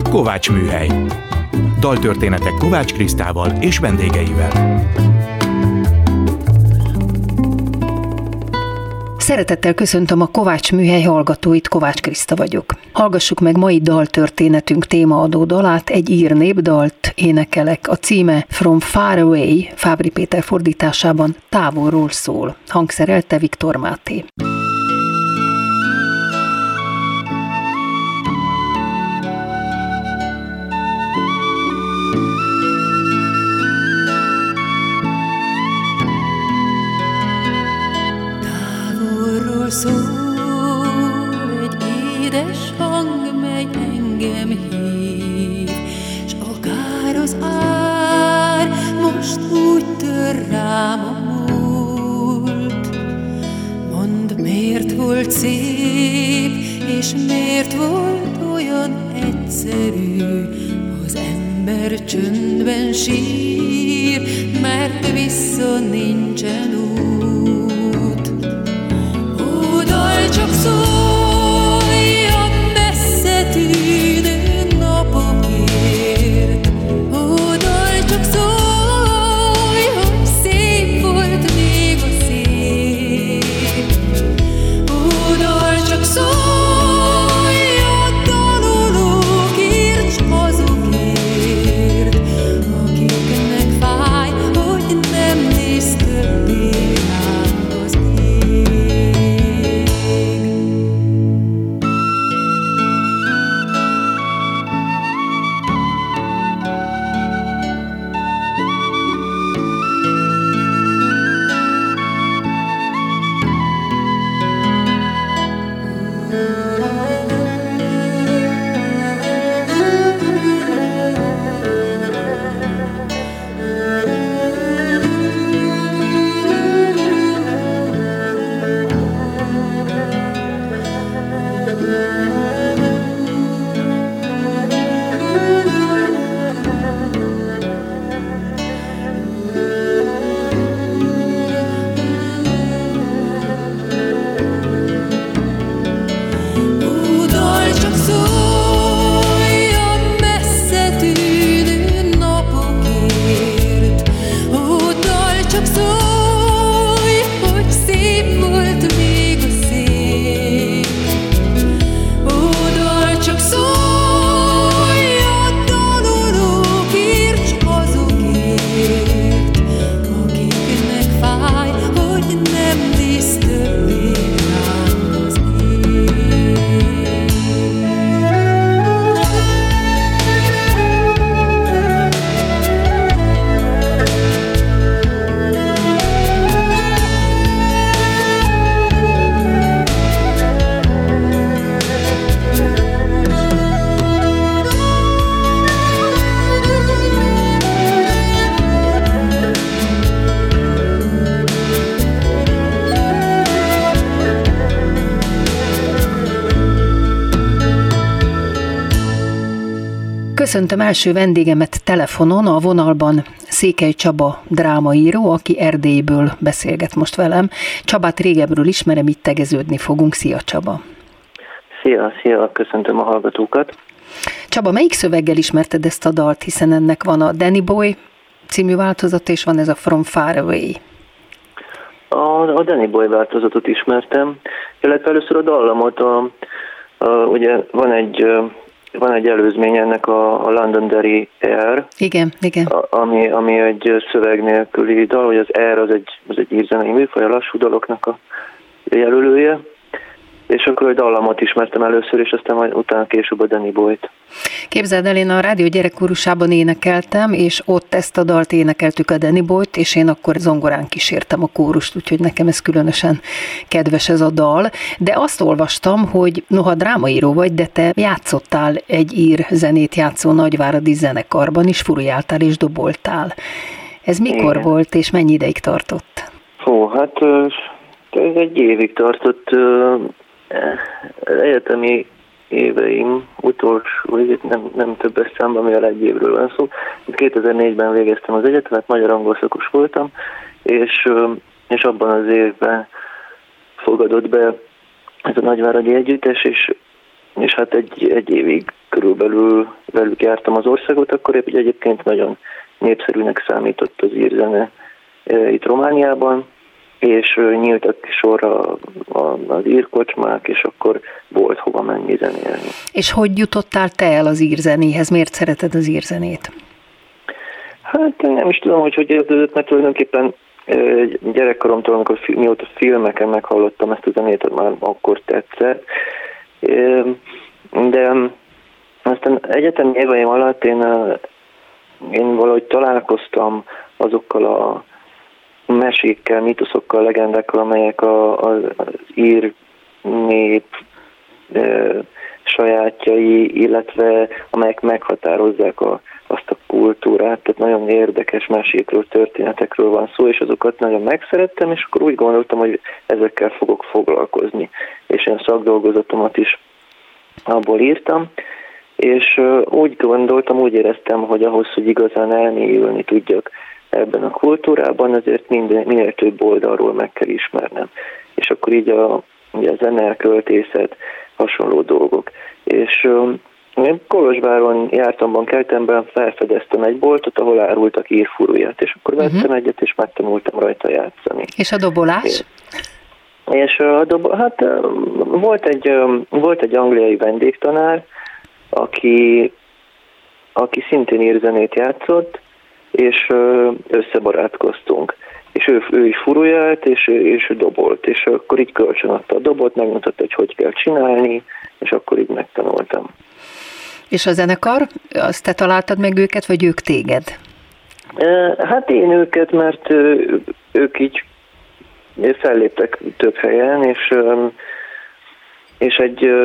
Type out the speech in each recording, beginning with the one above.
Kovács Műhely. Daltörténetek Kovács Krisztával és vendégeivel. Szeretettel köszöntöm a Kovács Műhely hallgatóit, Kovács Kriszta vagyok. Hallgassuk meg mai daltörténetünk témaadó dalát, egy ír népdalt énekelek. A címe From Far Away, Fábry Péter fordításában távolról szól. Hangszerelte Viktor Máté. Szól egy édes hang, mely engem hív, s akár az ár most úgy tör rám a múlt. Mondd, miért volt szép, és miért volt olyan egyszerű, az ember csöndben sír, mert vissza nincsen út. Csak szólj a messze tűnő napokért, daj, csak szólj, hogy szép volt még a szép. Daj, csak szólj a dalolókért, s azokért, akiknek fáj, hogy nem néz többé ránk az ég. Köszöntöm első vendégemet telefonon, a vonalban Székely Csaba drámaíró, aki Erdélyből beszélget most velem. Csabát régebről ismerem, itt tegeződni fogunk. Szia, Csaba! Szia, köszöntöm a hallgatókat! Csaba, melyik szöveggel ismerted ezt a dalt, hiszen ennek van a Danny Boy című változat, és van ez a From Far Away. A Danny Boy változatot ismertem, illetve először a dallamot, ugye van egy előzmény ennek a Londonderry Air. Igen. Ami egy szöveg nélküli dal, hogy az Air az egy írzenei műfaj, a lassú daloknak a jelölője. És akkor a dallamot ismertem először, és aztán majd utána később a Danny Boyt. Képzeld el, én a rádió gyerekkórusában énekeltem, és ott ezt a dalt énekeltük, a Danny Boyt, és én akkor zongorán kísértem a kórust, úgyhogy nekem ez különösen kedves ez a dal. De azt olvastam, hogy noha drámaíró vagy, de te játszottál egy ír zenét játszó nagyváradi zenekarban is, furujáltál és doboltál. Ez mikor Igen. volt, és mennyi ideig tartott? Hát ez egy évig tartott. Egyetemi éveim utolsó, nem többes számban, mivel egy évről van szó. 2004-ben végeztem az egyetemet, magyar-angol szakos voltam, és abban az évben fogadott be ez a nagyváradi együttes, és hát egy évig körülbelül velük jártam az országot, akkor egyébként nagyon népszerűnek számított az írzene itt Romániában, és nyíltak sorra az írkocsmák, és akkor volt hova menni zenélni. És hogy jutottál te el az írzenéhez? Miért szereted az írzenét? Hát nem is tudom, hogy érződött, mert tulajdonképpen gyerekkoromtól, amikor mióta filmeken meghallottam ezt a zenét, már akkor tetszett. De aztán egyetemi éveim alatt én valahogy találkoztam azokkal a mesékkel, mítoszokkal, legendákkal, amelyek az ír nép sajátjai, illetve amelyek meghatározzák azt a kultúrát, tehát nagyon érdekes mesékről, történetekről van szó, és azokat nagyon megszerettem, és akkor úgy gondoltam, hogy ezekkel fogok foglalkozni. És én szakdolgozatomat is abból írtam, és úgy gondoltam, úgy éreztem, hogy ahhoz, hogy igazán elmélyülni tudjak ebben a kultúrában, azért minél több oldalról meg kell ismernem. És akkor így ugye a zene, költészet, hasonló dolgok. És én Kolozsváron jártam, Bankeltemben, felfedeztem egy boltot, ahol árultak írfuruját, és akkor vettem egyet, és megtanultam rajta játszani. És a dobolás? És hát volt egy angliai vendégtanár, aki szintén írzenét játszott, és összebarátkoztunk. És ő is furujált, és ő dobolt, és akkor így kölcsönadta a dobot, megmutatta, hogy kell csinálni, és akkor így megtanultam. És a zenekar, azt te találtad meg őket, vagy ők téged? Hát én őket, mert ők így felléptek több helyen, és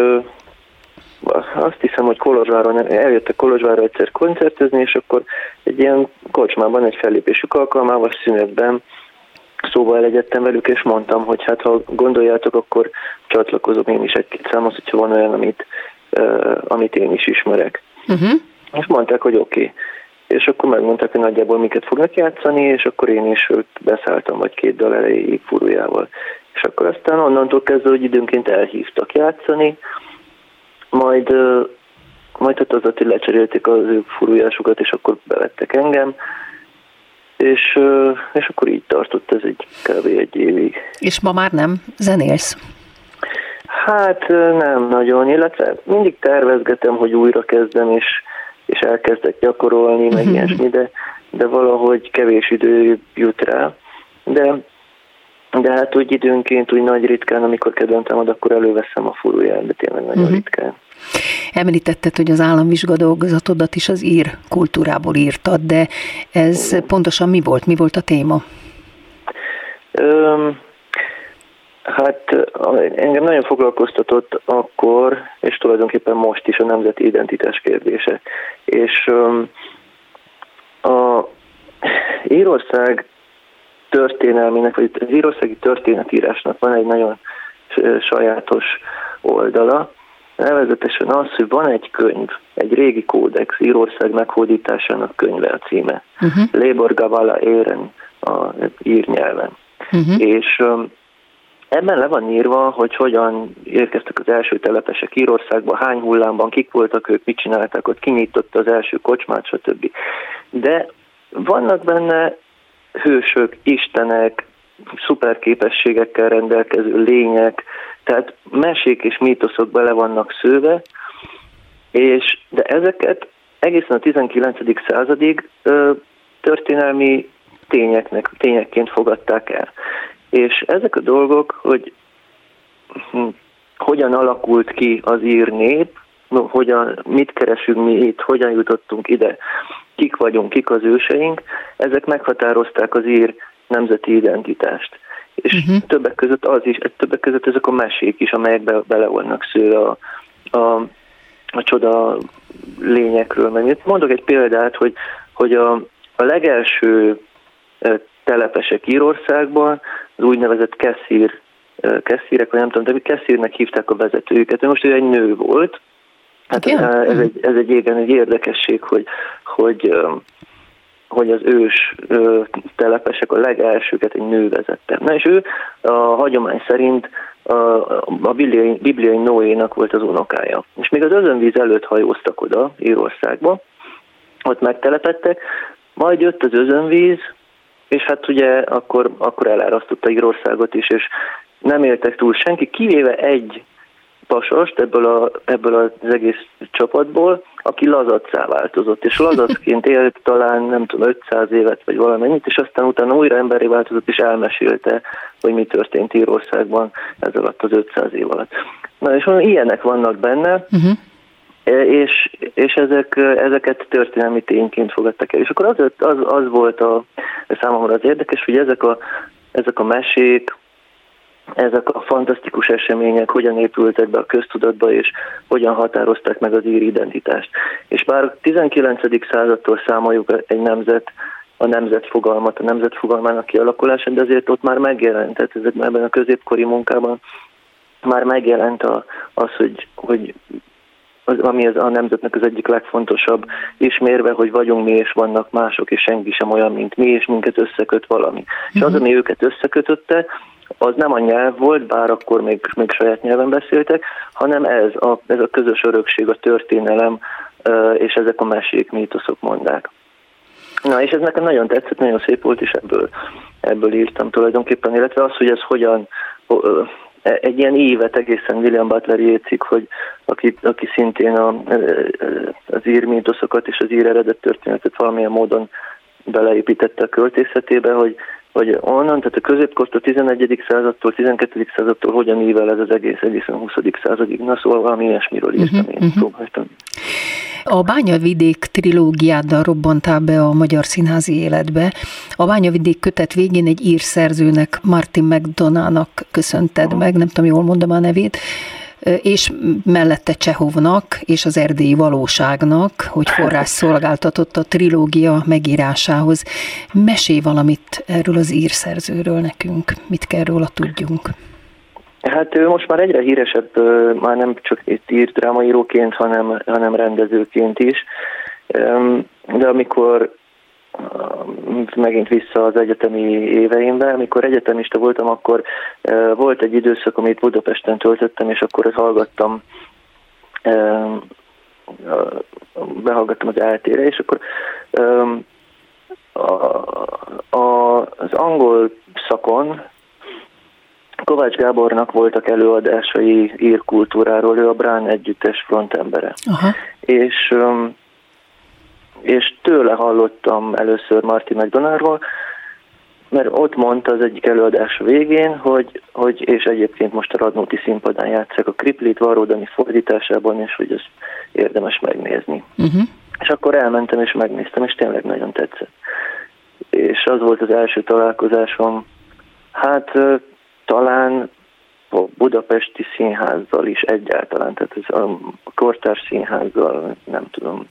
azt hiszem, hogy eljöttek Kolozsvárra egyszer koncertezni, és akkor egy ilyen kocsmában, egy fellépésük alkalmával szünetben szóval elegyedtem velük, és mondtam, hogy hát ha gondoljátok, akkor csatlakozom én is egy-két számhoz, hogyha van olyan, amit én is ismerek. És mondták, hogy oké. És akkor megmondták, hogy nagyjából miket fognak játszani, és akkor én is beszálltam vagy 2 dal elejéig furujával. És akkor aztán onnantól kezdve, hogy időnként elhívtak játszani, majd hát az, hogy lecserélték az ő furujásukat, és akkor bevettek engem, és akkor így tartott ez kb. Egy évig. És ma már nem zenélsz? Hát nem nagyon, illetve mindig tervezgetem, hogy újra kezdem, és elkezdek gyakorolni, meg ilyesmi, de valahogy kevés idő jut rá. De hát úgy időnként, úgy nagy ritkán, amikor kedvem támad, akkor előveszem a furuját, de tényleg nagyon ritkán. Említetted, hogy az államvizsgadolgozatodat is az ír kultúrából írtad, de ez pontosan mi volt? Mi volt a téma? Hát engem nagyon foglalkoztatott akkor, és tulajdonképpen most is a nemzeti identitás kérdése. És a Írország történelmének, vagy az írországi történetírásnak van egy nagyon sajátos oldala, nevezetesen az, hogy van egy könyv, egy régi kódex, Írország meghódításának könyve a címe. Lebor Gavala Éren az ír nyelven. És ebben le van írva, hogy hogyan érkeztek az első telepesek Írországba, hány hullámban, kik voltak ők, mit csinálták ott, kinyitotta az első kocsmát, stb. De vannak benne hősök, istenek, szuperképességekkel rendelkező lények, tehát mesék és mítoszok bele vannak szőve, de ezeket egészen a 19. századig történelmi tényekként fogadták el. És ezek a dolgok, hogy hogyan alakult ki az ír nép, mit keresünk mi itt, hogyan jutottunk ide, kik vagyunk, kik az őseink, ezek meghatározták az ír nemzeti identitást. És többek között ezek a mesék is, amelyek bele vannak szőve a csoda lényekről. Mert mondok egy példát, hogy a legelső telepesek Írországban, az úgynevezett Keszírek, vagy nem tudom, de Keszírnek hívták a vezetőjüket. Most ő egy nő volt. Hát ez egy érdekesség, hogy hogy az ős telepesek a legelsőket egy nő vezette. Na és ő a hagyomány szerint a bibliai Noénak volt az unokája. És még az özönvíz előtt hajóztak oda, Írországba, ott megtelepedtek, majd jött az özönvíz, és hát ugye akkor elárasztotta Írországot is, és nem éltek túl senki, kivéve egy pasast ebből az egész csapatból, aki lazaccá változott, és lazacként élt talán, nem tudom, 500 évet, vagy valamennyit, és aztán utána újra emberré változott, és elmesélte, hogy mi történt Írországban ez alatt az 500 év alatt. Na, és ilyenek vannak benne, és ezeket történelmi tényként fogadtak el. És akkor az volt számomra az érdekes, hogy ezek a mesék, ezek a fantasztikus események hogyan épültek be a köztudatba, és hogyan határozták meg az ír identitást. És bár a 19. századtól számoljuk a nemzet fogalmának kialakulását, de azért ott már megjelent, tehát ebben a középkori munkában már megjelent az, hogy ami a nemzetnek az egyik legfontosabb ismérve, hogy vagyunk mi, és vannak mások, és senki sem olyan, mint mi, és minket összeköt valami. És az, ami őket összekötötte, az nem a nyelv volt, bár akkor még saját nyelven beszéltek, hanem ez a közös örökség, a történelem, és ezek a mesék, mítoszok, mondák. Na, és ez nekem nagyon tetszett, nagyon szép volt, és ebből írtam tulajdonképpen, illetve az, hogy ez hogyan, egy ilyen évet egészen William Butler Yeatsig, hogy aki szintén az ír mítoszokat és az ír eredet történetet valamilyen módon beleépítette a költészetébe, hogy onnan, tehát a középkortól, 11. századtól, 12. századtól hogyan ível ez az egészen 20. századig. Na, szóval valami ilyesmiről írtam, én próbáltam. A Bányavidék trilógiáddal robbantál be a magyar színházi életbe. A Bányavidék kötet végén egy ír szerzőnek, Martin McDonagh-nak köszönted meg, nem tudom, jól mondom a nevét, és mellette Csehovnak és az erdélyi valóságnak, hogy forrás szolgáltatott a trilógia megírásához. Mesélj valamit erről az ír szerzőről nekünk, mit kell róla tudjunk. Hát ő most már egyre híresebb, már nem csak itt írt drámaíróként, hanem rendezőként is. De amikor megint vissza az egyetemi éveimbe, amikor egyetemista voltam, akkor volt egy időszak, amit Budapesten töltöttem, és akkor behallgattam az ELTE-re, és akkor az angol szakon Kovács Gábornak voltak előadásai ír kultúráról, ő a Brán együttes frontembere. És tőle hallottam először Martin McDonaghról, mert ott mondta az egyik előadás végén, hogy és egyébként most a Radnóti Színpadán játsszák a Kriplit Varró Dani fordításában, és hogy ezt érdemes megnézni. És akkor elmentem és megnéztem, és tényleg nagyon tetszett. És az volt az első találkozásom, hát talán a budapesti színházzal is egyáltalán, tehát ez a kortárs színházzal, nem tudom.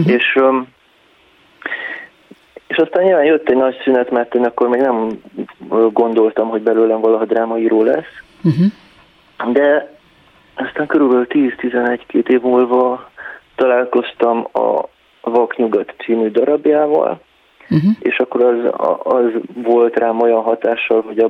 És aztán nyilván jött egy nagy szünet, mert én akkor még nem gondoltam, hogy belőlem valaha drámaíró lesz. De aztán körülbelül 10-11-2 év múlva találkoztam a Vaknyugat című darabjával, és akkor az volt rám olyan hatással, hogy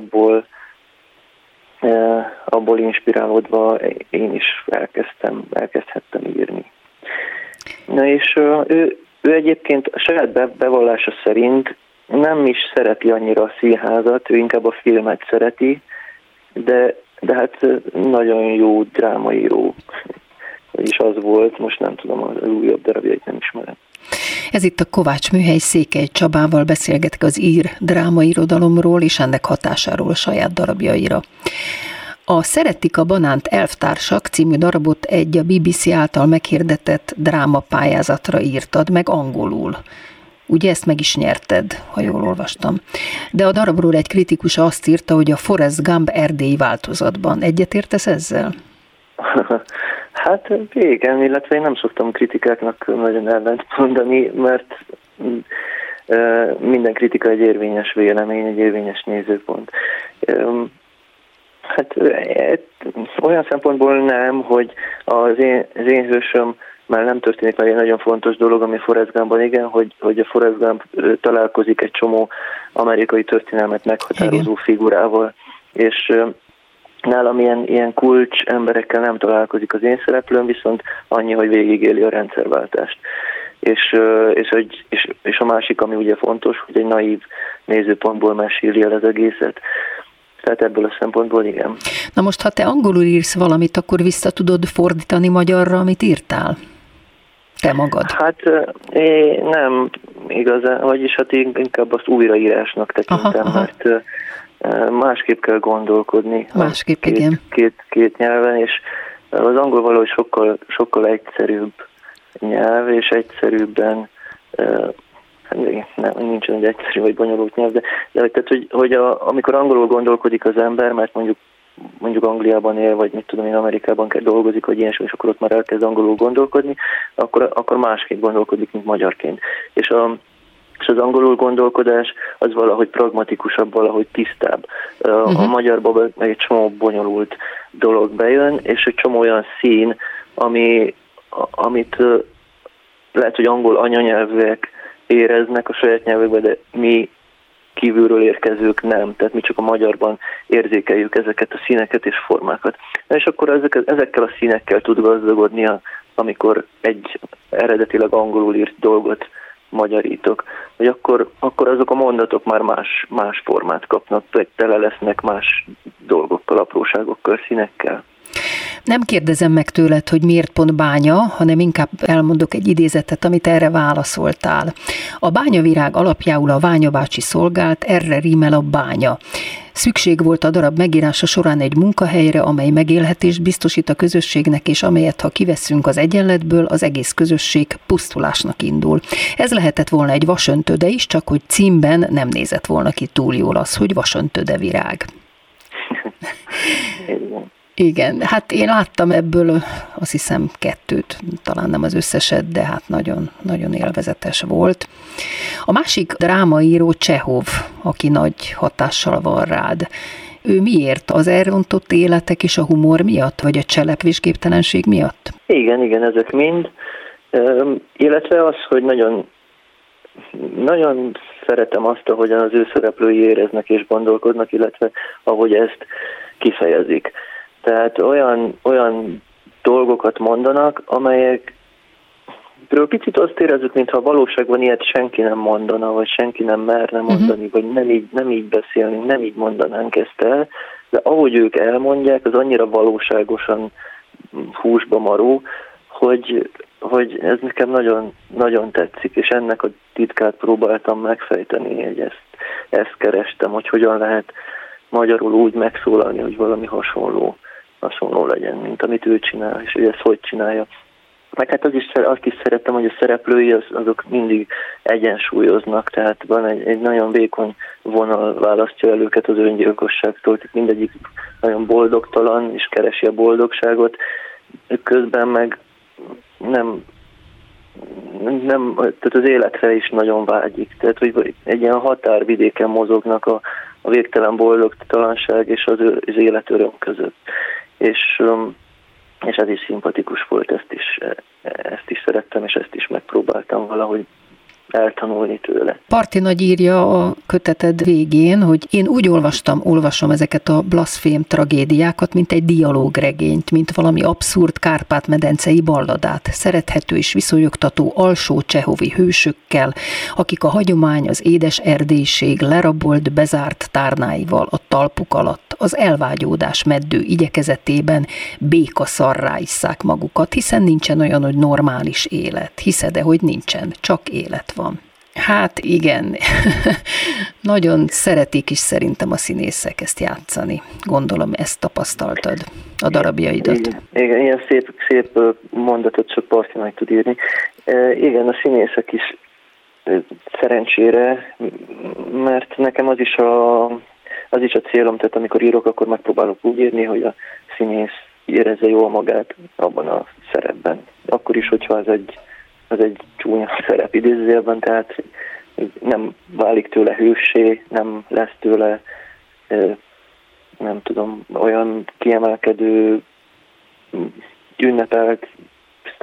abból inspirálódva én is elkezdhettem írni. Na és ő egyébként a saját bevallása szerint nem is szereti annyira a színházat, ő inkább a filmet szereti, de hát nagyon jó drámaíró. És az volt, most nem tudom, az újabb darabjait nem ismerem. Ez itt a Kovács Műhely, Székely Csabával beszélgetek az ír drámairodalomról és ennek hatásáról a saját darabjaira. A Szeretik a banánt elvtársak című darabot egy a BBC által meghirdetett drámapályázatra írtad, meg angolul. Ugye ezt meg is nyerted, ha jól olvastam. De a darabról egy kritikus azt írta, hogy a Forrest Gump erdélyi változatban. Egyetértesz ezzel? Hát igen, illetve én nem szoktam kritikáknak nagyon ellent mondani, mert minden kritika egy érvényes vélemény, egy érvényes nézőpont. Hát olyan szempontból nem, hogy az én hősöm már nem történik meg egy nagyon fontos dolog, ami Forrest Gumpban igen, hogy a Forrest Gump találkozik egy csomó amerikai történelmet meghatározó figurával, és nálam ilyen kulcs emberekkel nem találkozik az én szereplőm, viszont annyi, hogy végigéli a rendszerváltást. És a másik, ami ugye fontos, hogy egy naív nézőpontból meséli el az egészet. Tehát ebből a szempontból igen. Na most, ha te angolul írsz valamit, akkor vissza tudod fordítani magyarra, amit írtál? Te magad? Hát nem igazán, vagyis hát inkább azt újraírásnak tekintem, mert másképp kell gondolkodni. Másképp, igen. Két nyelven, és az angol valahogy sokkal egyszerűbb nyelv, és egyszerűbben nem, nincsen egy egyszerű vagy bonyolult nyelv, de tehát, hogy amikor angolul gondolkodik az ember, mert mondjuk Angliában él, vagy mit tudom én, Amerikában kell dolgozik, vagy ilyesmi, és akkor ott már elkezd angolul gondolkodni, akkor másként gondolkodik, mint magyarként. És az angolul gondolkodás az valahogy pragmatikusabb, valahogy tisztább. A magyarban meg egy csomó bonyolult dolog bejön, és egy csomó olyan szín, amit lehet, hogy angol anyanyelvűek éreznek a saját nyelvükben, de mi kívülről érkezők nem, tehát mi csak a magyarban érzékeljük ezeket a színeket és formákat. És akkor ezekkel a színekkel tud gazdagodni, amikor egy eredetileg angolul írt dolgot magyarítok, hogy akkor azok a mondatok már más formát kapnak, tele lesznek más dolgokkal, apróságokkal, színekkel. Nem kérdezem meg tőled, hogy miért pont bánya, hanem inkább elmondok egy idézetet, amit erre válaszoltál. A bányavirág alapjául a Ványa bácsi szolgált, erre rímel a bánya. Szükség volt a darab megírása során egy munkahelyre, amely megélhetést biztosít a közösségnek, és amelyet, ha kiveszünk az egyenletből, az egész közösség pusztulásnak indul. Ez lehetett volna egy vasöntöde is, csak hogy címben nem nézett volna ki túl jól az, hogy vasöntöde virág. Igen, hát én láttam ebből azt hiszem 2, talán nem az összeset, de hát nagyon, nagyon élvezetes volt. A másik drámaíró Csehov, aki nagy hatással van rád. Ő miért? Az elrontott életek és a humor miatt, vagy a cselekvésképtelenség miatt? Igen, ezek mind. Illetve az, hogy nagyon, nagyon szeretem azt, ahogyan az ő szereplői éreznek és gondolkodnak, illetve ahogy ezt kifejezik. Tehát olyan dolgokat mondanak, amelyekről picit azt érezzük, mintha a valóságban ilyet senki nem mondana, vagy senki nem merne mondani, vagy nem így beszélni, nem így mondanánk ezt el, de ahogy ők elmondják, az annyira valóságosan húsba maró, hogy ez nekem nagyon, nagyon tetszik, és ennek a titkát próbáltam megfejteni, hogy ezt kerestem, hogy hogyan lehet magyarul úgy megszólalni, hogy valami hasonló legyen, mint amit ő csinál, és hogy ezt hogy csinálja. Meg hát azt is szerettem, hogy a szereplői azok mindig egyensúlyoznak, tehát van egy nagyon vékony vonal választja el őket az öngyilkosságtól, tehát mindegyik nagyon boldogtalan, és keresi a boldogságot, közben meg nem, tehát az életre is nagyon vágyik, tehát hogy egy ilyen határvidéken mozognak a végtelen boldogtalanság és az életöröm között. És ez is szimpatikus volt, ezt is szerettem, és ezt is megpróbáltam valahogy eltanulni tőle. Parti Nagy írja a köteted végén, hogy én úgy olvasom ezeket a blaszfém tragédiákat, mint egy dialógregényt, mint valami abszurd Kárpát-medencei balladát, szerethető és viszonyogtató alsó csehovi hősökkel, akik a hagyomány, az édes erdélység lerabolt, bezárt tárnáival a talpuk alatt, az elvágyódás meddő igyekezetében békaszarrá isszák magukat, hiszen nincsen olyan, hogy normális élet. Hiszed-e, hogy nincsen? Csak élet van. Hát igen, nagyon szeretik is szerintem a színészek ezt játszani. Gondolom, ezt tapasztaltad a darabjaidat. Igen, ilyen szép mondatot csak Parti meg tud írni. Igen, a színészek is szerencsére, mert nekem az is a célom, tehát amikor írok, akkor megpróbálok úgy írni, hogy a színész érezze jól magát abban a szerepben. Akkor is, hogyha az egy csúnya szerep idézőjelben, tehát nem válik tőle hőssé, nem lesz tőle, nem tudom, olyan kiemelkedő, ünnepelt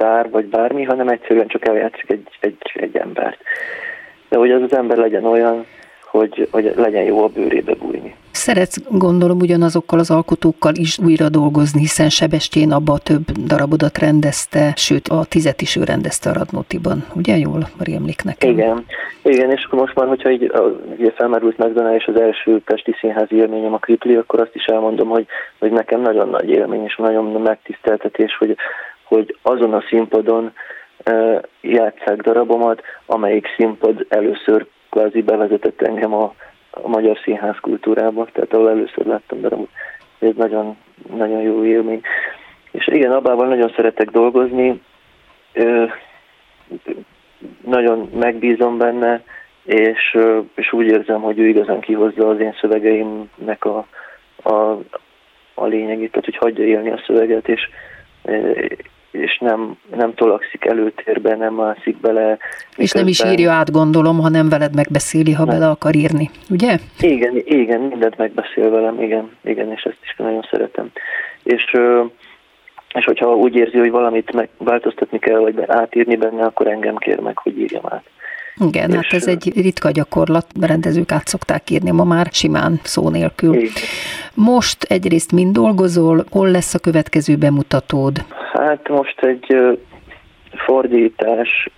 sztár vagy bármi, hanem egyszerűen csak eljátszik egy embert. De hogy az ember legyen olyan, hogy legyen jó a bőrébe bújni. Szeretsz, gondolom, ugyanazokkal az alkotókkal is újra dolgozni, hiszen Sebestyén Abba több darabodat rendezte, sőt a 10 is ő rendezte a Radnótiban. Ugye jól rémlik nekem? Igen, és most már, hogyha így felmerült McDonald és az első pesti színházi élményem a Kripli, akkor azt is elmondom, hogy nekem nagyon nagy élmény és nagyon megtiszteltetés, hogy azon a színpadon játsszák darabomat, amelyik színpad először kvázi bevezetett engem a magyar színház kultúrába, tehát ahol először láttam darabot. Ez nagyon, nagyon jó élmény. És igen, Abbával nagyon szeretek dolgozni, nagyon megbízom benne, és úgy érzem, hogy ő igazán kihozza az én szövegeimnek a lényegét, tehát hogy hagyja élni a szöveget, és nem tolakszik előtérbe, nem mászik bele. És nem is írja át, gondolom, hanem veled megbeszéli, ha bele akar írni, ugye? Igen, mindent megbeszél velem, igen, és ezt is nagyon szeretem. És hogyha úgy érzi, hogy valamit megváltoztatni kell, vagy átírni benne, akkor engem kér meg, hogy írjam át. Igen, hát ez egy ritka gyakorlat, rendezők át szokták írni ma már simán, szó nélkül. Igen. Most egyrészt mind dolgozol, hol lesz a következő bemutatód? Hát most egy fordítás,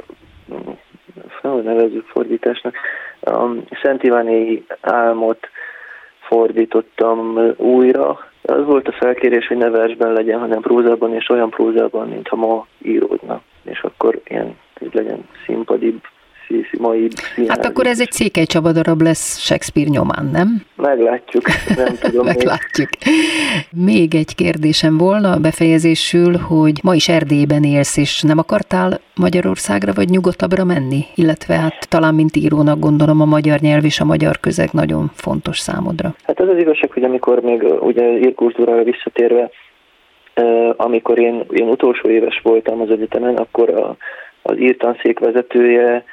nevezzük fordításnak, a Szent Ivánéi álmot fordítottam újra. Az volt a felkérés, hogy ne versben legyen, hanem prózában, és olyan prózában, mintha ma íródna. És akkor ilyen, hogy legyen színpadibb, mai színház. Hát akkor ez egy Székely Csaba darab lesz Shakespeare nyomán, nem? Meglátjuk, nem tudom. Meglátjuk. Még egy kérdésem volna befejezésül, hogy ma is Erdélyben élsz, és nem akartál Magyarországra vagy nyugatabbra menni? Illetve hát talán mint írónak gondolom a magyar nyelv és a magyar közeg nagyon fontos számodra. Hát ez az igazság, hogy amikor még ugye írkultúrára visszatérve, amikor én utolsó éves voltam az egyetemen, akkor az írtanszék vezetője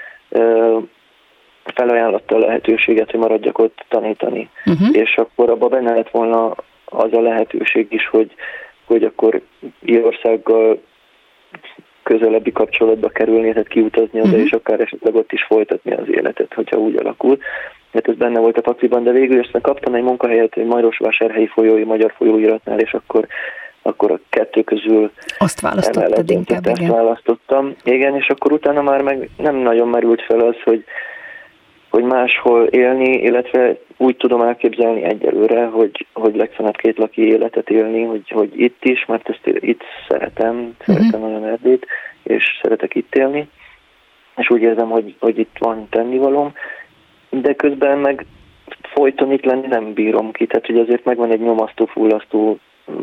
felajánlotta a lehetőséget, hogy maradjak ott tanítani. És akkor abban benne lett volna az a lehetőség is, hogy akkor Írországgal közelebbi kapcsolatba kerülni, tehát kiutazni oda, és akár esetleg ott is folytatni az életet, hogyha úgy alakul. Hát ez benne volt a pakliban, de végül aztán kaptam egy munkahelyet egy Marosvásárhelyi folyói magyar folyóiratnál, és akkor a kettő közül azt választottad inkább, igen. Választottam. Igen, és akkor utána már meg nem nagyon merült fel az, hogy máshol élni, illetve úgy tudom elképzelni egyelőre, hogy legfeljebb kétlaki életet élni, hogy itt is, mert ezt itt szeretem nagyon Erdélyt, és szeretek itt élni, és úgy érzem, hogy itt van tennivalóm, de közben meg folyton itt lenni nem bírom ki, tehát hogy azért megvan egy nyomasztó-fullasztó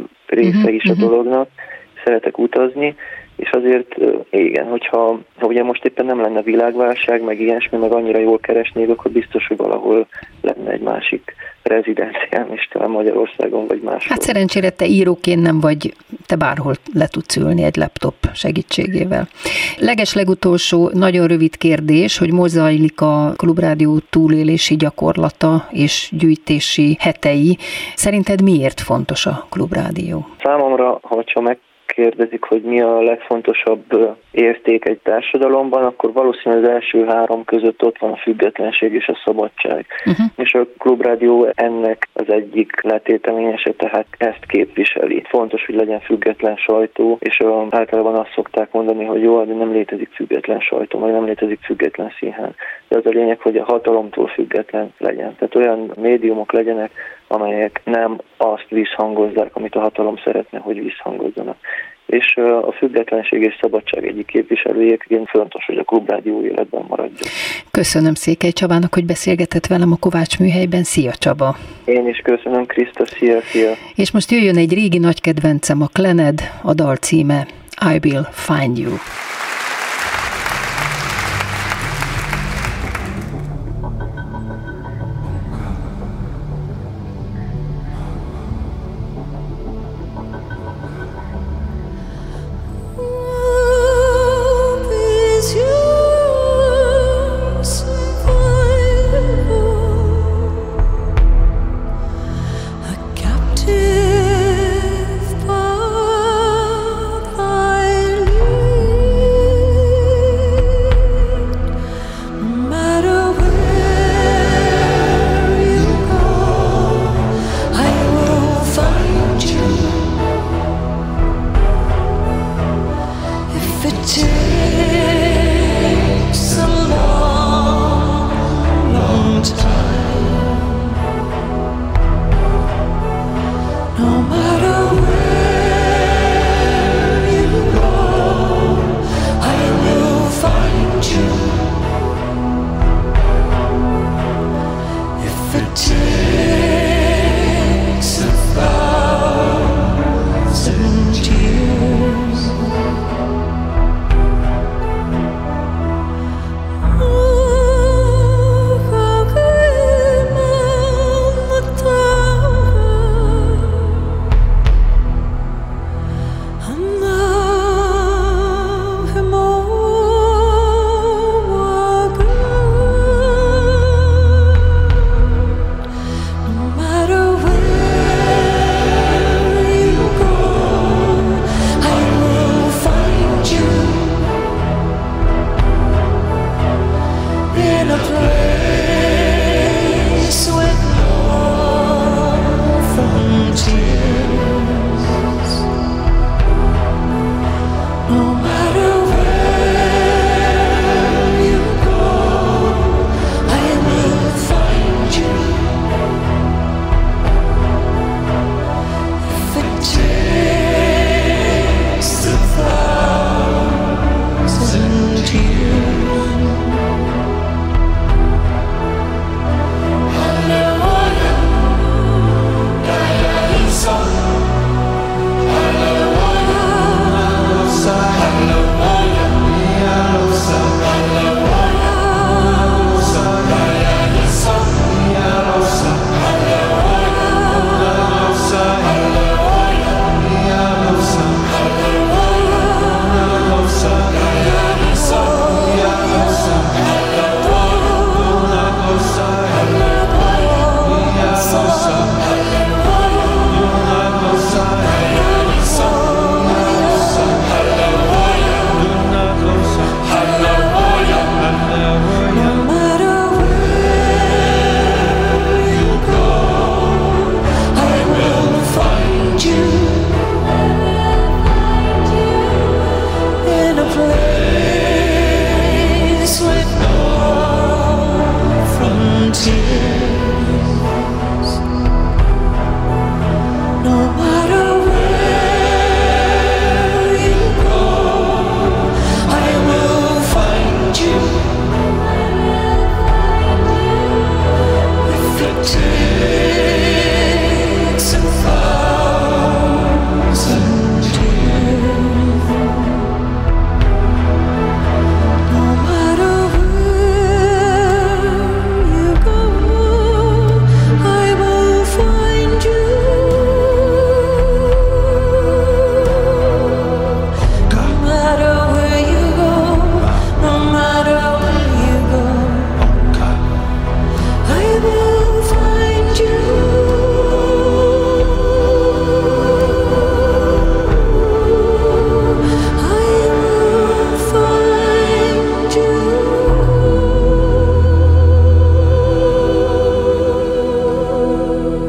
része is a dolognak, szeretek utazni, és azért igen, hogyha ugye most éppen nem lenne világválság, meg ilyesmi, meg annyira jól keresnék, akkor biztos, hogy valahol lenne egy másik rezidenciám, és talán Magyarországon, vagy máshol. Hát szerencsére te íróként nem vagy, te bárhol le tudsz ülni egy laptop segítségével. Legutolsó, nagyon rövid kérdés, hogy most zajlik a Klubrádió túlélési gyakorlata és gyűjtési hetei. Szerinted miért fontos a Klubrádió? Számomra, hogyha megkérdezik, hogy mi a legfontosabb érték egy társadalomban, akkor valószínűleg az első 3 között ott van a függetlenség és a szabadság. És a Klubrádió ennek az egyik letéteményese, tehát ezt képviseli. Fontos, hogy legyen független sajtó, és általában azt szokták mondani, hogy jó, de nem létezik független sajtó, vagy nem létezik független színház. De az a lényeg, hogy a hatalomtól független legyen. Tehát olyan médiumok legyenek, amelyek nem azt visszhangozzák, amit a hatalom szeretne, hogy visszhangozzanak. És a függetlenség és szabadság egyik képviselőjeként fontos, hogy a Klubrádió életben maradjon. Köszönöm Székely Csabának, hogy beszélgetett velem a Kovács Műhelyben. Szia Csaba! Én is köszönöm, Kriszta, szia! És most jöjjön egy régi nagy kedvencem, a Klened, a dal címe I Will Find You. Captive, but I leave.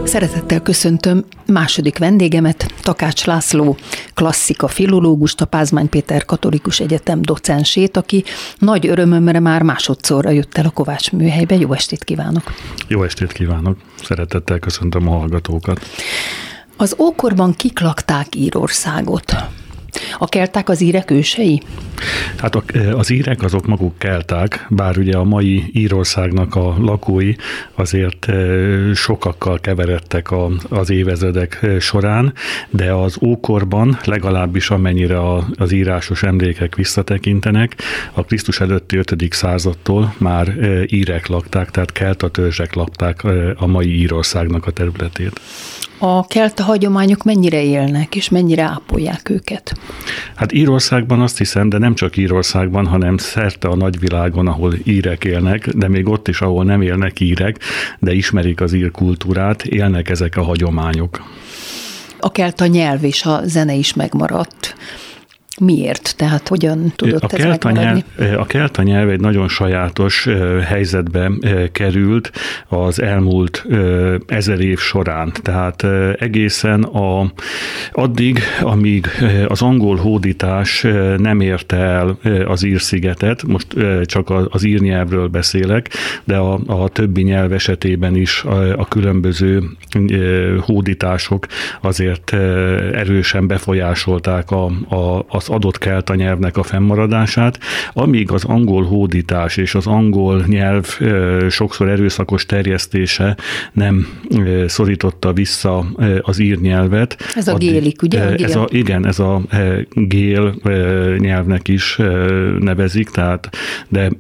Szeretettel köszöntöm második vendégemet, Takács László, klasszika filológust, a Pázmány Péter Katolikus Egyetem docensét, aki nagy örömömre már másodszorra jött el a Kovács Műhelybe. Jó estét kívánok! Jó estét kívánok! Szeretettel köszöntöm a hallgatókat! Az ókorban kik lakták Írországot? A kelták az írek ősei? Hát az írek azok maguk kelták, bár ugye a mai Írországnak a lakói azért sokakkal keveredtek az évezredek során, de az ókorban, legalábbis amennyire az írásos emlékek visszatekintenek, a Krisztus előtti 5. századtól már írek lakták, tehát kelta törzsek lakták a mai Írországnak a területét. A kelta hagyományok mennyire élnek, és mennyire ápolják őket? Hát Írországban azt hiszem, de nem csak Írországban, hanem szerte a nagyvilágon, ahol írek élnek, de még ott is, ahol nem élnek írek, de ismerik az ír kultúrát, élnek ezek a hagyományok. A kelta nyelv és a zene is megmaradt. Miért? Tehát hogyan tudott ez megmaradni? A kelta nyelv egy nagyon sajátos helyzetbe került az elmúlt 1000 év során. Tehát egészen addig, amíg az angol hódítás nem érte el az Ír-szigetet, most csak az ír nyelvről beszélek, de a többi nyelv esetében is a különböző hódítások azért erősen befolyásolták az adott kelta nyelvnek a fennmaradását, amíg az angol hódítás és az angol nyelv sokszor erőszakos terjesztése nem szorította vissza az ír nyelvet. Ez a gélik, ugye? Ez a gél nyelvnek is nevezik, de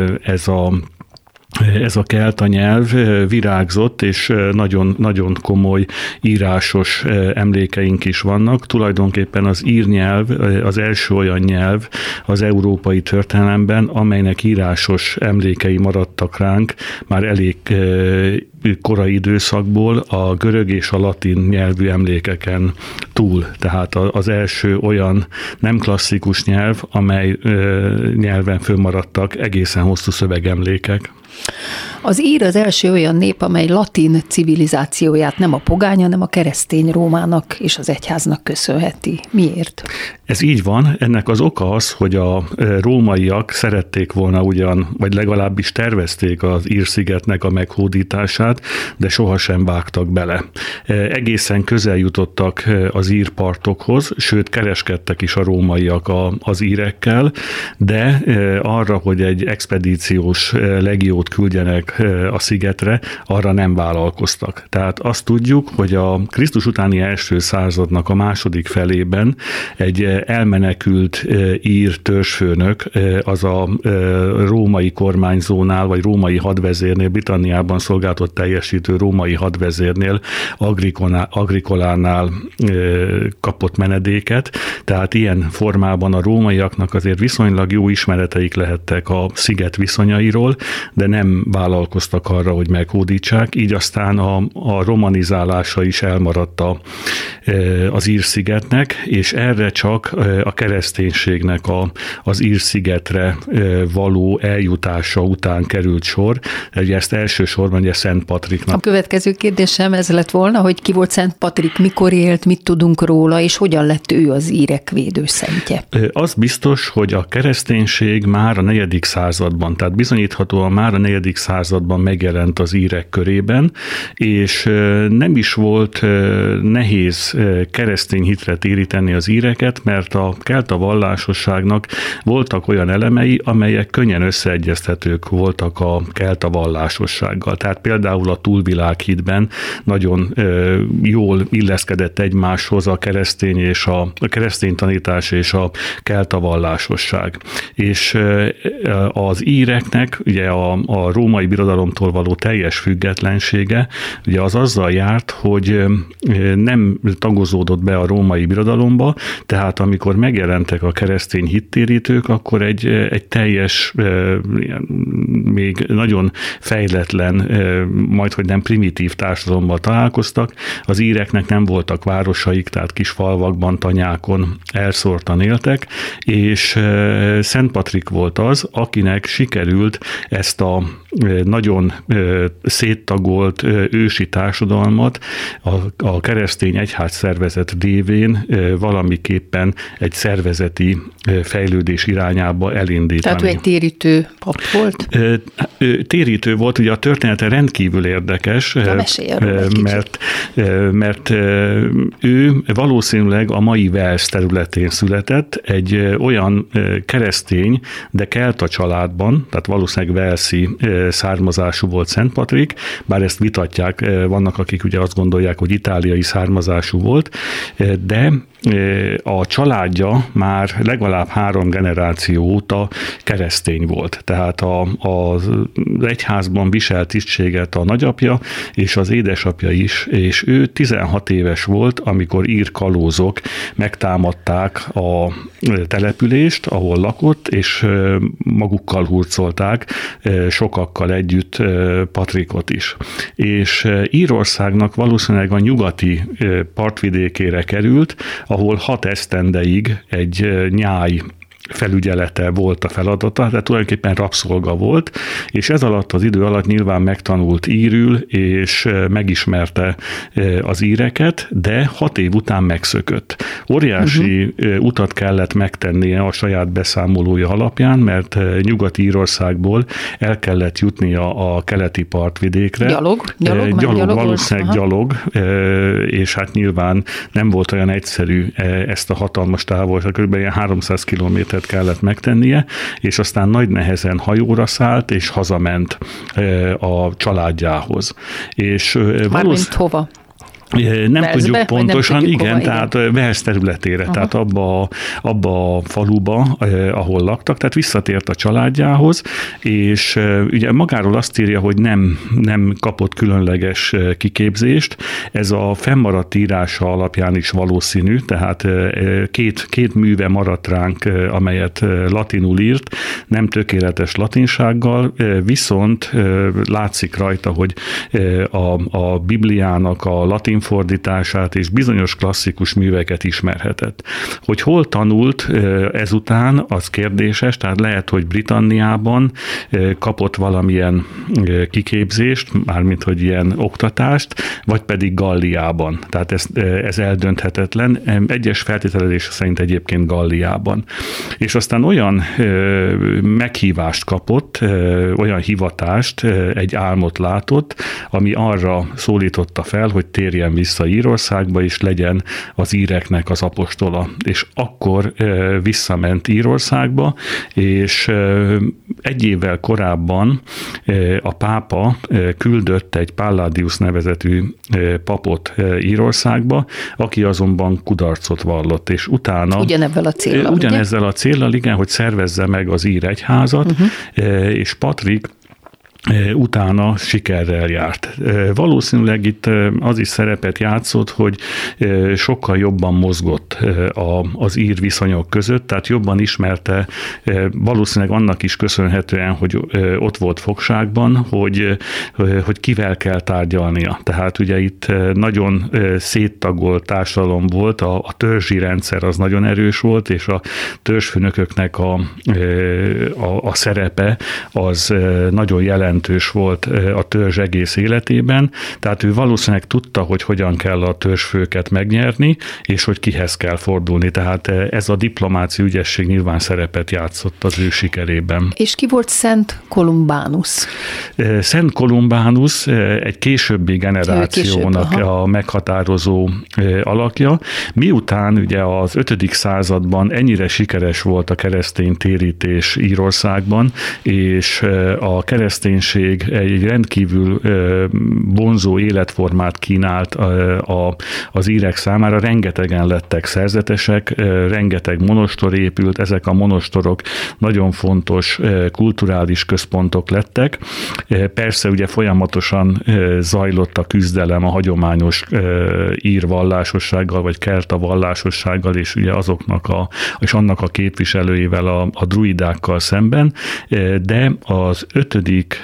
ez a kelta nyelv virágzott, és nagyon, nagyon komoly írásos emlékeink is vannak. Tulajdonképpen az ír nyelv az első olyan nyelv az európai történelemben, amelynek írásos emlékei maradtak ránk már elég korai időszakból a görög és a latin nyelvű emlékeken túl. Tehát az első olyan nem klasszikus nyelv, amely nyelven fönnmaradtak egészen hosszú szövegemlékek. Az ír az első olyan nép, amely latin civilizációját nem a pogány, hanem a keresztény Rómának és az egyháznak köszönheti. Miért? Ez így van. Ennek az oka az, hogy a rómaiak szerették volna vagy legalábbis tervezték az Ír-szigetnek a meghódítását, de sohasem vágtak bele. Egészen közel jutottak az ír partokhoz, sőt kereskedtek is a rómaiak az írekkel, de arra, hogy egy expedíciós legiót küldjenek a szigetre, arra nem vállalkoztak. Tehát azt tudjuk, hogy a Krisztus utáni első századnak a második felében egy elmenekült ír törzsfőnök, az a római kormányzónál, vagy római hadvezérnél, Britanniában szolgálatot teljesítő római hadvezérnél, Agrikolánál kapott menedéket. Tehát ilyen formában a rómaiaknak azért viszonylag jó ismereteik lehettek a sziget viszonyairól, de nem vállalkoztak arra, hogy meghódítsák, így aztán a romanizálása is elmaradt az Ír-szigetnek, és erre csak a kereszténységnek az Ír-szigetre való eljutása után került sor. Ugye ezt elsősorban ugye Szent Patriknak. A következő kérdésem ez lett volna, hogy ki volt Szent Patrik, mikor élt, mit tudunk róla, és hogyan lett ő az írek védőszentje? Az biztos, hogy a kereszténység már a 4. században, tehát bizonyíthatóan már a 4. században megjelent az írek körében, és nem is volt nehéz keresztény hitre téríteni az íreket, mert a kelta vallásosságnak voltak olyan elemei, amelyek könnyen összeegyeztetők voltak a kelta vallásossággal. Tehát például a túlvilághitben nagyon jól illeszkedett egymáshoz a keresztény tanítás és a kelta vallásosság. És az íreknek ugye a római birodalomtól való teljes függetlensége, ugye az azzal járt, hogy nem tagozódott be a római birodalomba, tehát amikor megjelentek a keresztény hittérítők, akkor egy teljes, még nagyon fejletlen, majdhogy nem primitív társadalommal találkoztak. Az íreknek nem voltak városaik, tehát kis falvakban, tanyákon elszórtan éltek, és Szent Patrik volt az, akinek sikerült ezt a nagyon széttagolt ősi társadalmat a keresztény egyház szervezet révén valamiképpen egy szervezeti fejlődés irányába elindítani. Tehát ő egy térítő pap volt? Térítő volt, ugye a története rendkívül érdekes, mert ő valószínűleg a mai Wales területén született, egy olyan keresztény, de kelta családban, tehát valószínűleg walesi származású volt Szent Patrik, bár ezt vitatják, vannak akik ugye azt gondolják, hogy itáliai származású volt, de a családja már legalább 3 generáció óta keresztény volt. Tehát az egyházban viselt tisztséget a nagyapja és az édesapja is, és ő 16 éves volt, amikor ír kalózok megtámadták a települést, ahol lakott, és magukkal hurcolták sokakkal együtt Patrikot is. És Írországnak valószínűleg a nyugati partvidékére került, ahol 6 esztendeig egy nyáj felügyelete volt a feladata, tehát tulajdonképpen rabszolga volt, és ez alatt az idő alatt nyilván megtanult írül, és megismerte az íreket, de 6 év után megszökött. Óriási utat kellett megtennie a saját beszámolója alapján, mert Nyugat-Írországból el kellett jutnia a keleti partvidékre. Gyalog Valószínűleg gyalog, és hát nyilván nem volt olyan egyszerű ezt a hatalmas távolságot, kb. 300 kilométert kellett megtennie, és aztán nagy nehezen hajóra szállt, és hazament a családjához. Mármint hova? Nem tudjuk pontosan, nem tudjuk igen, hova, tehát Wales területére, tehát abba a faluba, ahol laktak, tehát visszatért a családjához, és ugye magáról azt írja, hogy nem kapott különleges kiképzést, ez a fennmaradt írása alapján is valószínű, tehát két műve maradt ránk, amelyet latinul írt, nem tökéletes latinsággal, viszont látszik rajta, hogy a Bibliának a latin fordítását és bizonyos klasszikus műveket ismerhetett. Hogy hol tanult ezután, az kérdéses, tehát lehet, hogy Britanniában kapott valamilyen kiképzést, mármint, hogy ilyen oktatást, vagy pedig Galliában. Tehát ez eldönthetetlen. Egyes feltételezés szerint egyébként Galliában. És aztán olyan meghívást kapott, olyan hivatást, egy álmot látott, ami arra szólította fel, hogy térjen vissza Írországba, és legyen az íreknek az apostola. És akkor visszament Írországba, és egy évvel korábban a pápa küldött egy Palladius nevezetű papot Írországba, aki azonban kudarcot vallott, és utána... Ugyanezzel a céllal, igen, hogy szervezze meg az ír egyházat, és Patrik utána sikerrel járt. Valószínűleg itt az is szerepet játszott, hogy sokkal jobban mozgott az ír viszonyok között, tehát jobban ismerte, valószínűleg annak is köszönhetően, hogy ott volt fogságban, hogy kivel kell tárgyalnia. Tehát ugye itt nagyon széttagolt társadalom volt, a törzsi rendszer az nagyon erős volt, és a törzsfőnököknek a szerepe az nagyon jelentős volt a törzs egész életében, tehát ő valószínűleg tudta, hogy hogyan kell a törzsfőket megnyerni, és hogy kihez kell fordulni. Tehát ez a diplomácia ügyesség nyilván szerepet játszott az ő sikerében. És ki volt Szent Kolumbánus? Szent Kolumbánus egy későbbi generációnak a meghatározó alakja. Miután ugye az 5. században ennyire sikeres volt a keresztény térítés Írországban, és a kereszténység egy rendkívül vonzó életformát kínált az írek számára. Rengetegen lettek szerzetesek, rengeteg monostor épült, ezek a monostorok nagyon fontos kulturális központok lettek. Persze ugye folyamatosan zajlott a küzdelem a hagyományos ír vallásossággal, vagy kelta vallásossággal, és ugye és annak a képviselőivel, a druidákkal szemben, de az 5.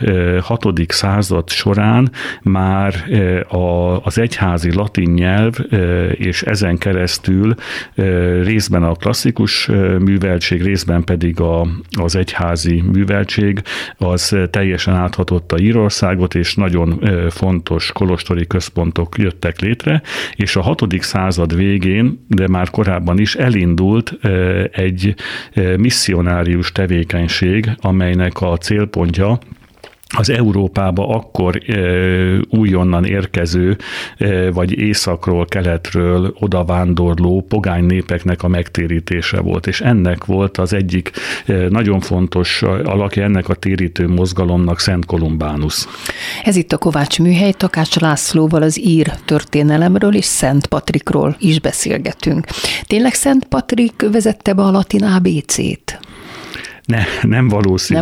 6. század során már az egyházi latin nyelv, és ezen keresztül részben a klasszikus műveltség, részben pedig az egyházi műveltség, az teljesen áthatotta Írországot, és nagyon fontos kolostori központok jöttek létre, és a 6. század végén, de már korábban is elindult egy misszionárius tevékenység, amelynek a célpontja az Európába akkor újonnan érkező, vagy északról, keletről odavándorló pogány népeknek a megtérítése volt. És ennek volt az egyik nagyon fontos alakja, ennek a térítő mozgalomnak Szent Kolumbánus. Ez itt a Kovács Műhely, Takács Lászlóval az ír történelemről és Szent Patrikról is beszélgetünk. Tényleg Szent Patrik vezette be a latin ABC-t? Nem valószínű,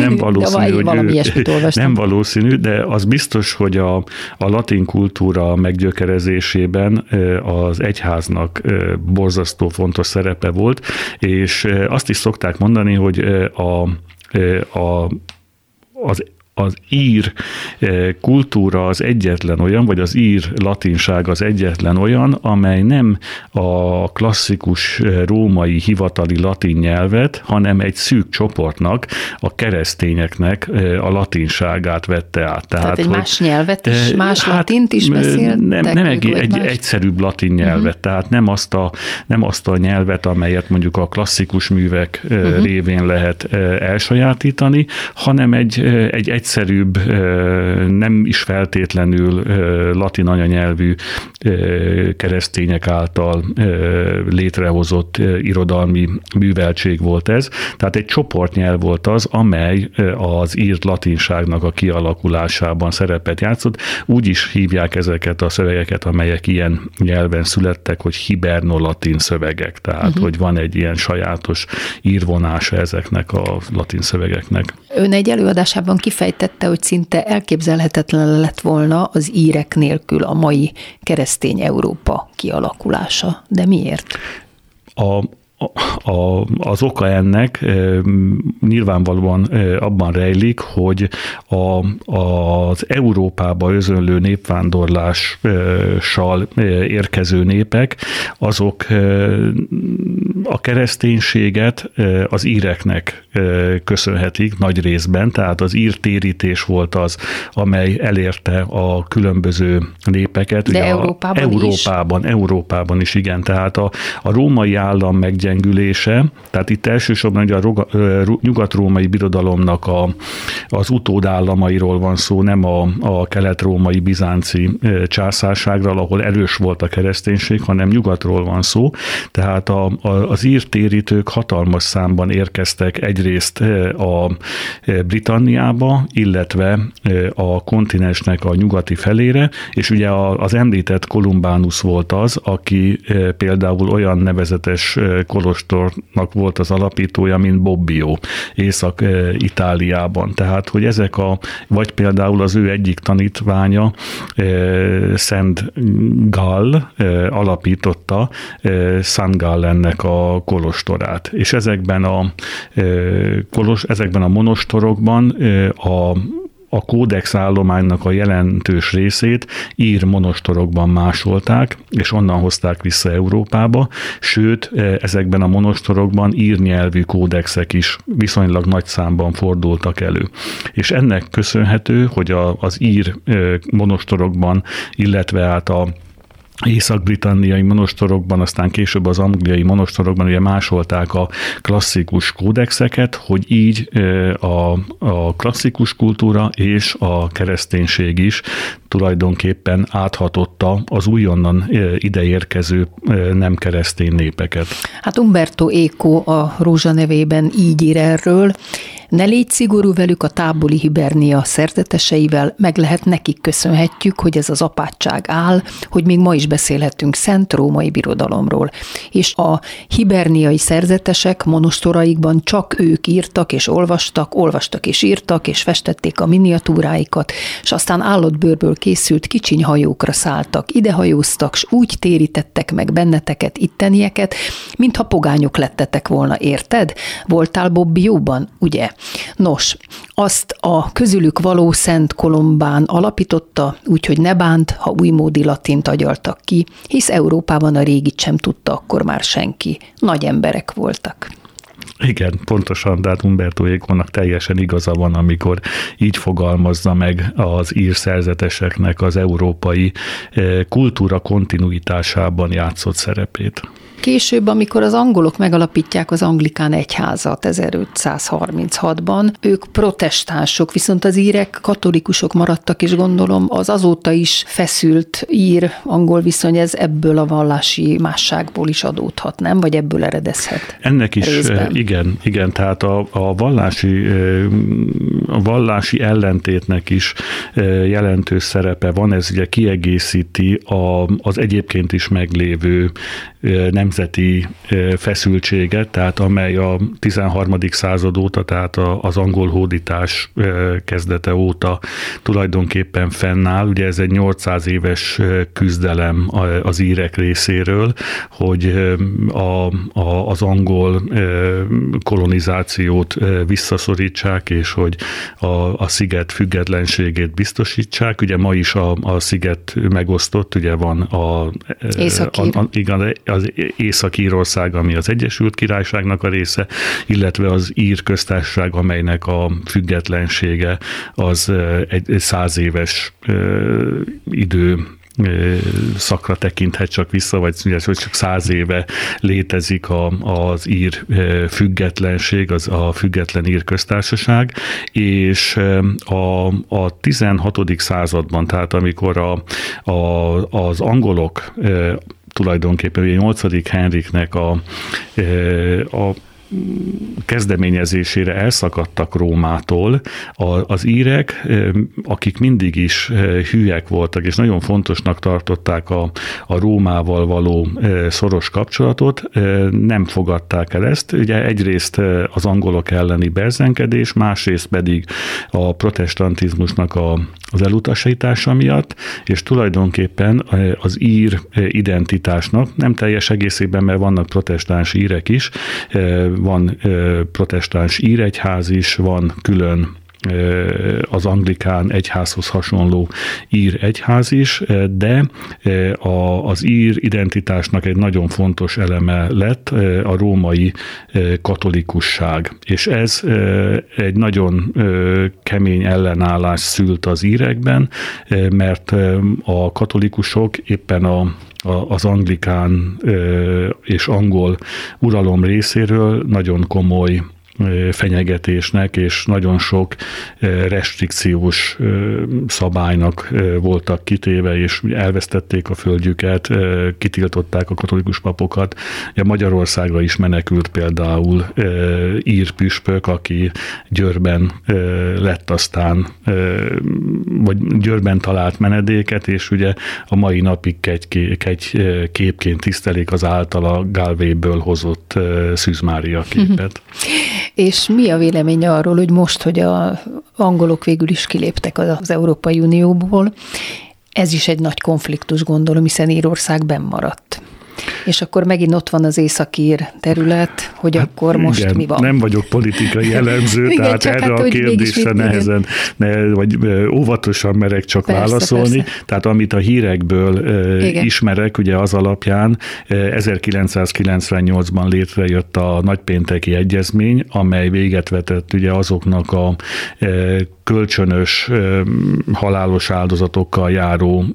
nem valószínű, de az biztos, hogy a latin kultúra meggyökerezésében az egyháznak borzasztó fontos szerepe volt, és azt is szokták mondani, hogy az ír kultúra az egyetlen olyan, vagy az ír latinság az egyetlen olyan, amely nem a klasszikus római hivatali latin nyelvet, hanem egy szűk csoportnak, a keresztényeknek a latinságát vette át. Tehát egy más nyelvet is, más latint is beszéltek? Nem egy egyszerűbb latin nyelvet, tehát nem azt a nyelvet, amelyet mondjuk a klasszikus művek révén lehet elsajátítani, hanem egy egyszerűbb, nem is feltétlenül latin anyanyelvű keresztények által létrehozott irodalmi műveltség volt ez. Tehát egy csoportnyelv volt az, amely az ír latinságnak a kialakulásában szerepet játszott. Úgy is hívják ezeket a szövegeket, amelyek ilyen nyelven születtek, hogy hibernolatin szövegek. Tehát, hogy van egy ilyen sajátos írvonása ezeknek a latin szövegeknek. Ön egy előadásában kifejtette, hogy szinte elképzelhetetlen lett volna az írek nélkül a mai keresztény Európa kialakulása. De miért? Az oka ennek nyilvánvalóan abban rejlik, hogy az Európába özönlő népvándorlással érkező népek, azok a kereszténységet az íreknek köszönhetik nagy részben, tehát az ír térítés volt az, amely elérte a különböző népeket. De Európában is, igen. Tehát a római állam meggyengülése, tehát itt elsősorban ugye a nyugat-római birodalomnak az utódállamairól van szó, nem a kelet-római bizánci császárságról, ahol erős volt a kereszténység, hanem nyugatról van szó. Tehát az ír térítők hatalmas számban érkeztek egyrészt a Britanniába, illetve a kontinensnek a nyugati felére, és ugye az említett Kolumbánus volt az, aki például olyan nevezetes kolostornak volt az alapítója, mint Bobbio Észak-Itáliában. Tehát, hogy ezek vagy például az ő egyik tanítványa, Szent Gall alapította San Gallennek a kolostorát. És ezekben a monostorokban a kódex állománynak a jelentős részét ír monostorokban másolták, és onnan hozták vissza Európába, sőt, ezekben a monostorokban ír nyelvű kódexek is viszonylag nagy számban fordultak elő. És ennek köszönhető, hogy az ír monostorokban, illetve hát a észak-britanniai monostorokban, aztán később az angliai monostorokban ugye másolták a klasszikus kódexeket, hogy így a klasszikus kultúra és a kereszténység is tulajdonképpen áthatotta az újonnan ideérkező nem keresztény népeket. Hát Umberto Eco a Rózsa nevében így ír erről: ne légy szigorú velük, a tábori hibernia szerzeteseivel, meg lehet nekik köszönhetjük, hogy ez az apátság áll, hogy még ma is beszélhetünk szent római birodalomról. És a hiberniai szerzetesek monostoraikban csak ők írtak és olvastak és írtak, és festették a miniatúráikat, és aztán állatbőrből készült kicsiny hajókra szálltak, idehajóztak, s úgy térítettek meg benneteket, ittenieket, mintha pogányok lettetek volna, érted? Voltál Bobbióban, ugye? Nos, azt a közülük való Szent Kolombán alapította, úgyhogy ne bánt, ha újmódi latint agyaltak ki, hisz Európában a régit sem tudta akkor már senki. Nagy emberek voltak. Igen, pontosan, de hát Umberto Econak teljesen igaza van, amikor így fogalmazza meg az ír szerzeteseknek az európai kultúra kontinuitásában játszott szerepét. Később, amikor az angolok megalapítják az anglikán egyházat 1536-ban, ők protestánsok, viszont az írek katolikusok maradtak, és gondolom az azóta is feszült ír-angol viszony, ez ebből a vallási másságból is adódhat, nem? Vagy ebből eredezhet? Ennek is, részben. igen, tehát a vallási ellentétnek is jelentős szerepe van, ez ugye kiegészíti az egyébként is meglévő nemzeti feszültséget, tehát amely a 13. század óta, tehát az angol hódítás kezdete óta tulajdonképpen fennáll. Ugye ez egy 800 éves küzdelem az írek részéről, hogy az angol kolonizációt visszaszorítsák, és hogy a sziget függetlenségét biztosítsák. Ugye ma is a sziget megosztott, ugye van az Észak-Írország, ami az Egyesült Királyságnak a része, illetve az Ír köztársaság, amelynek a függetlensége az egy 100 éves idő szakra tekinthet csak vissza, vagy csak 100 éve létezik az ír függetlenség, az a független ír köztársaság, és a 16. században, tehát amikor az angolok tulajdonképpen 8. Henriknek a kezdeményezésére elszakadtak Rómától, az írek, akik mindig is hűek voltak, és nagyon fontosnak tartották a Rómával való szoros kapcsolatot, nem fogadták el ezt. Ugye egyrészt az angolok elleni berzenkedés, másrészt pedig a protestantizmusnak az elutasítása miatt, és tulajdonképpen az ír identitásnak, nem teljes egészében, mert vannak protestáns írek is, van protestáns íregyház is, van külön az anglikán egyházhoz hasonló ír egyház is, de az ír identitásnak egy nagyon fontos eleme lett a római katolikusság. És ez egy nagyon kemény ellenállás szült az írekben, mert a katolikusok éppen az anglikán és angol uralom részéről nagyon komoly fenyegetésnek és nagyon sok restrikciós szabálynak voltak kitéve, és elvesztették a földjüket, kitiltották a katolikus papokat. Magyarországra is menekült például ír püspök, aki Győrben lett aztán, vagy Győrben talált menedéket, és ugye a mai napig képként tisztelik az általa Galwayből hozott Szűz Mária képet. És mi a vélemény arról, hogy most, hogy az angolok végül is kiléptek az Európai Unióból, ez is egy nagy konfliktus, gondolom, hiszen Írország benn maradt. És akkor megint ott van az északír terület, hogy akkor most igen, mi van. Nem vagyok politikai elemző, igen, tehát erre a kérdésre nehezen, vagy óvatosan merek csak persze, válaszolni. Persze. Tehát amit a hírekből ismerek, ugye az alapján 1998-ban létrejött a Nagypénteki Egyezmény, amely véget vetett ugye azoknak a kölcsönös halálos áldozatokkal járó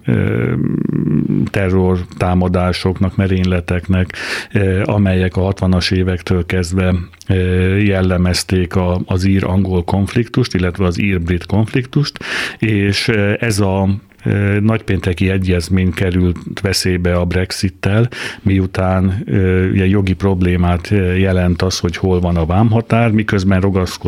terrortámadásoknak, merényleteknek, amelyek a 60-as évektől kezdve jellemezték az ír-angol konfliktust, illetve az ír-brit konfliktust, és ez a Nagypénteki Egyezmény került veszélybe a Brexittel, miután ugye jogi problémát jelent az, hogy hol van a vámhatár, miközben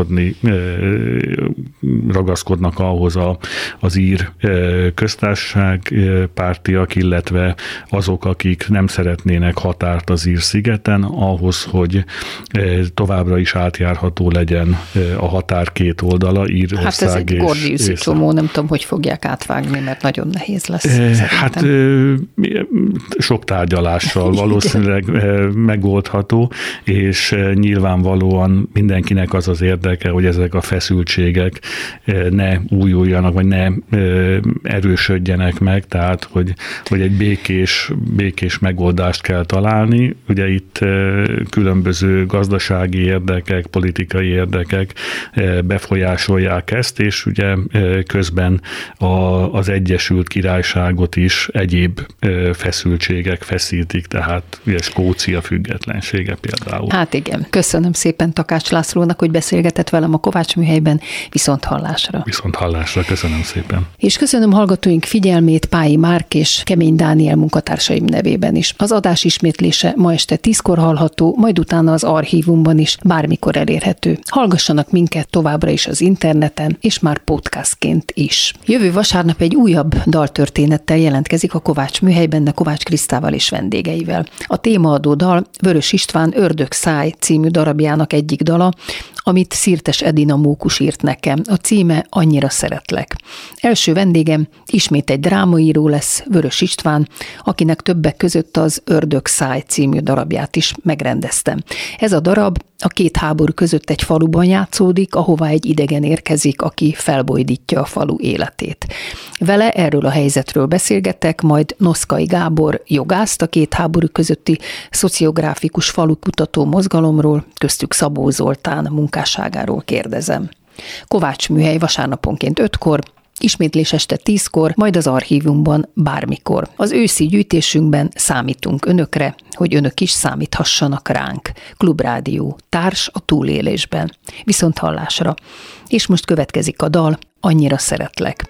ragaszkodnak ahhoz az ír köztársaság pártiak, illetve azok, akik nem szeretnének határt az ír szigeten, ahhoz, hogy továbbra is átjárható legyen a határ két oldala, Írország hát ez egy gordiuszi csomó, nem tudom, hogy fogják átvágni, mert nagyon nehéz lesz. Hát sok tárgyalással valószínűleg megoldható, és nyilvánvalóan mindenkinek az az érdeke, hogy ezek a feszültségek ne újuljanak, vagy ne erősödjenek meg, tehát hogy egy békés megoldást kell találni. Ugye itt különböző gazdasági érdekek, politikai érdekek befolyásolják ezt, és ugye közben az Egyesült Királyságot is egyéb feszültségek feszítik, tehát ugye Skócia függetlensége például. Hát igen. Köszönöm szépen Takács Lászlónak, hogy beszélgetett velem a Kovács Műhelyben. Viszont hallásra. Viszont hallásra, köszönöm szépen. És köszönöm hallgatóink figyelmét Pályi Márk és Kemény Dániel munkatársaim nevében is. Az adás ismétlése ma este 10-kor hallható, majd utána az archívumban is bármikor elérhető. Hallgassanak minket továbbra is az interneten, és már podcastként is. Jövő vasárnap egy újabb daltörténettel jelentkezik a Kovács Műhelyben, de Kovács Krisztával és vendégeivel. A témaadó dal Vörös István Ördögszáj című darabjának egyik dala, amit Szirtes Edina Mókus írt nekem. A címe Annyira szeretlek. Első vendégem ismét egy drámaíró lesz, Vörös István, akinek többek között az Ördögszáj című darabját is megrendeztem. Ez a darab a két háború között egy faluban játszódik, ahová egy idegen érkezik, aki felbojdítja a falu életét. Vele erről a helyzetről beszélgetek, majd Noszkai Gábor jogászt, a két háború közötti szociográfikus falukutató mozgalomról, köztük Szabó Zoltán munkásságáról kérdezem. Kovács Műhely vasárnaponként 5-kor, ismétlés este 10-kor, majd az archívumban bármikor. Az őszi gyűjtésünkben számítunk önökre, hogy önök is számíthassanak ránk. Klubrádió, társ a túlélésben. Viszont hallásra. És most következik a dal, Annyira szeretlek.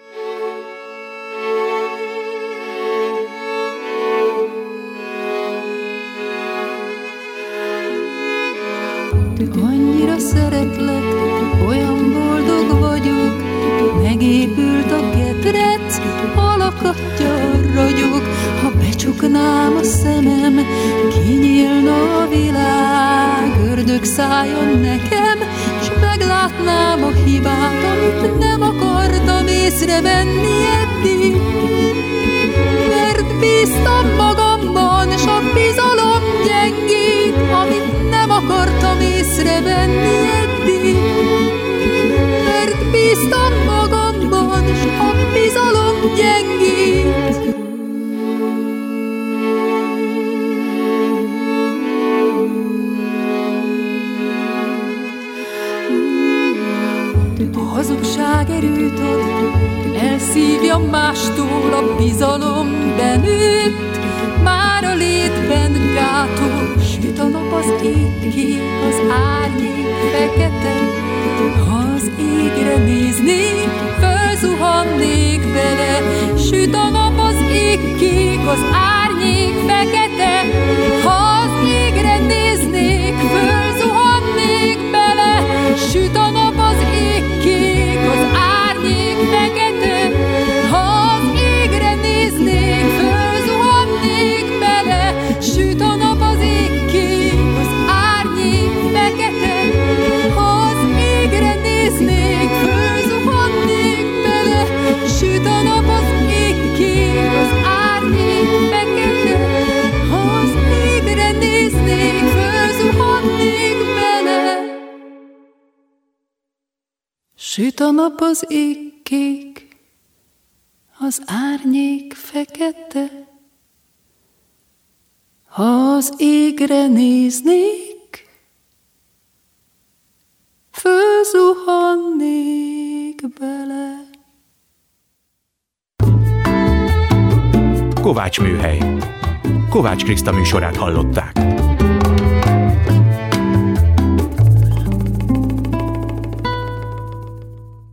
Annyira szeretlek, olyan boldog vagyok, megépült a ketrec, alakatja ragyog. Ha becsuknám a szemem, kinyílna a világ, ördögszájon nekem, s meglátnám a hibát, amit nem akartam észrevenni eddig. Mert bíztam magamban, s a bizalom gyengít, amit nem akartam észrevenni eddig. Mert bíztam magamban, s a bizalom gyengít. A hazugság erőt ad, elszívja mástól, a bizalom benőtt, már a létben gátol. Süt a nap, az ég kék, az árnyék fekete. Ha az égre néznék, fölzuhannék bele. Süt a nap, az ég kék, az árnyék fekete. Ha az égre néznék, fölzuhannék bele. Süt a nap, az ég kék, az árnyék fekete. Ha az égre néznék, fölzuhannék bele. Süt a nap, az ég kék, az árnyék fekete. Ha az égre néznék, fölzuhannék bele. Süt a nap, az ég kék, az árnyék fekete. Ha az égre néznék, fölzuhannék bele. Süt a nap, az ég kék, az árnyék fekete. Ha az égre néznék, fölzuhannék bele. Kovács Műhely. Kovács Kriszta műsorát hallották.